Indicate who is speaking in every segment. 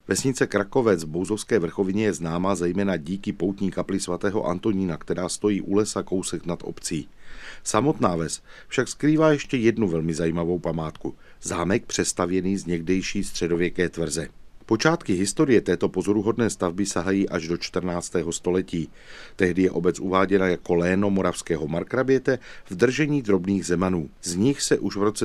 Speaker 1: Vesnice Krakovec v Bouzovské vrchovině je známá zejména díky poutní kapli svatého Antonína, která stojí u lesa kousek nad obcí. Samotná ves však skrývá ještě jednu velmi zajímavou památku. Zámek přestavěný z někdejší středověké tvrze. Počátky historie této pozoruhodné stavby sahají až do 14. století. Tehdy je obec uváděna jako léno moravského markraběte v držení drobných zemanů. Z nich se už v roce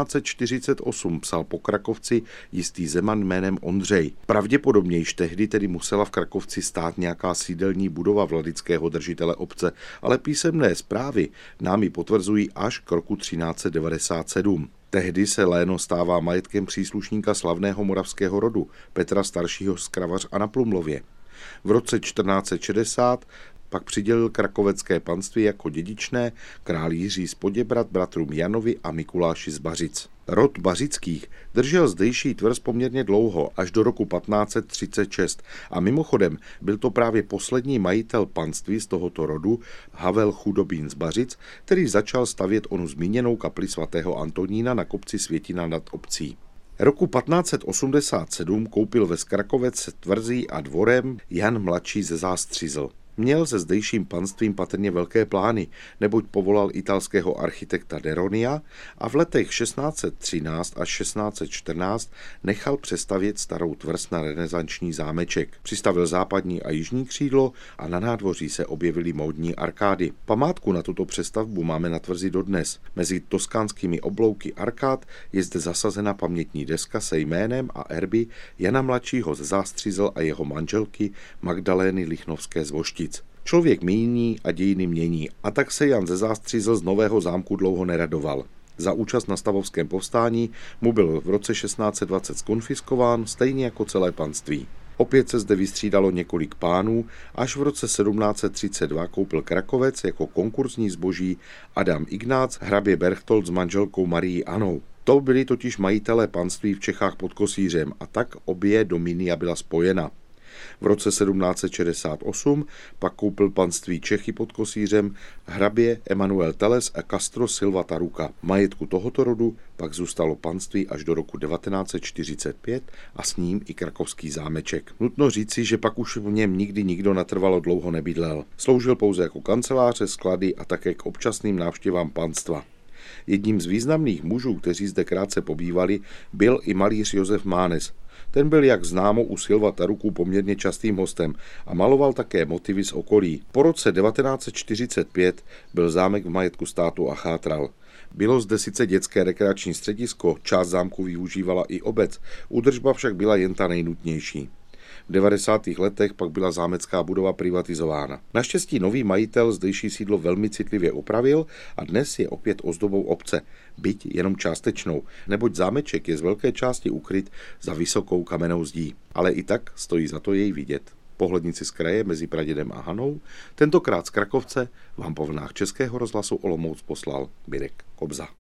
Speaker 1: 1348 psal po Krakovci jistý zeman jménem Ondřej. Pravděpodobně již tehdy tedy musela v Krakovci stát nějaká sídelní budova vladického držitele obce, ale písemné zprávy nám ji potvrzují až k roku 1397. Tehdy se léno stává majetkem příslušníka slavného moravského rodu Petra staršího z Kravař a na Plumlově. V roce 1460 pak přidělil krakovecké panství jako dědičné král Jiří z Poděbrad bratrům Janovi a Mikuláši z Bařic. Rod Bařických držel zdejší tvrz poměrně dlouho, až do roku 1536, a mimochodem byl to právě poslední majitel panství z tohoto rodu, Havel Chudobín z Bařic, který začal stavět onu zmíněnou kapli svatého Antonína na kopci Světina nad obcí. Roku 1587 koupil ves Krakovec tvrzí a dvorem Jan mladší ze Zástřizl. Měl se zdejším panstvím patrně velké plány, neboť povolal italského architekta Deronia a v letech 1613 až 1614 nechal přestavět starou tvrz na renesanční zámeček. Přistavil západní a jižní křídlo a na nádvoří se objevily módní arkády. Památku na tuto přestavbu máme na tvrzi dodnes. Mezi toskánskými oblouky arkád je zde zasazena pamětní deska se jménem a erby Jana mladšího ze Zástřizl a jeho manželky Magdalény Lichnovské z Voštic. Člověk míní a dějiny mění, a tak se Jan ze Zástřizl z Nového zámku dlouho neradoval. Za účast na stavovském povstání mu byl v roce 1620 zkonfiskován, stejně jako celé panství. Opět se zde vystřídalo několik pánů, až v roce 1732 koupil Krakovec jako konkurzní zboží Adam Ignác hrabě Berchtold s manželkou Marií Anou. To byli totiž majitelé panství v Čechách pod Kosířem, a tak obě dominia byla spojena. V roce 1768 pak koupil panství Čechy pod Kosířem hrabě Emanuel Teles a Castro Silva Taruka. Majetku tohoto rodu pak zůstalo panství až do roku 1945 a s ním i krakovský zámeček. Nutno říci, že pak už v něm nikdy nikdo natrvalo dlouho nebydlel. Sloužil pouze jako kanceláře, sklady a také k občasným návštěvám panstva. Jedním z významných mužů, kteří zde krátce pobývali, byl i malíř Josef Mánes. Ten byl, jak známo, u Silva Taruků poměrně častým hostem a maloval také motivy z okolí. Po roce 1945 byl zámek v majetku státu a chátral. Bylo zde sice dětské rekreační středisko, část zámku využívala i obec, údržba však byla jen ta nejnutnější. V 90. letech pak byla zámecká budova privatizována. Naštěstí nový majitel zdejší sídlo velmi citlivě opravil a dnes je opět ozdobou obce, byť jenom částečnou, neboť zámeček je z velké části ukryt za vysokou kamennou zdí. Ale i tak stojí za to jej vidět. Pohlednici z kraje mezi Pradědem a Hanou, tentokrát z Krakovce, vám po vlnách Českého rozhlasu Olomouc poslal Mirek Kobza.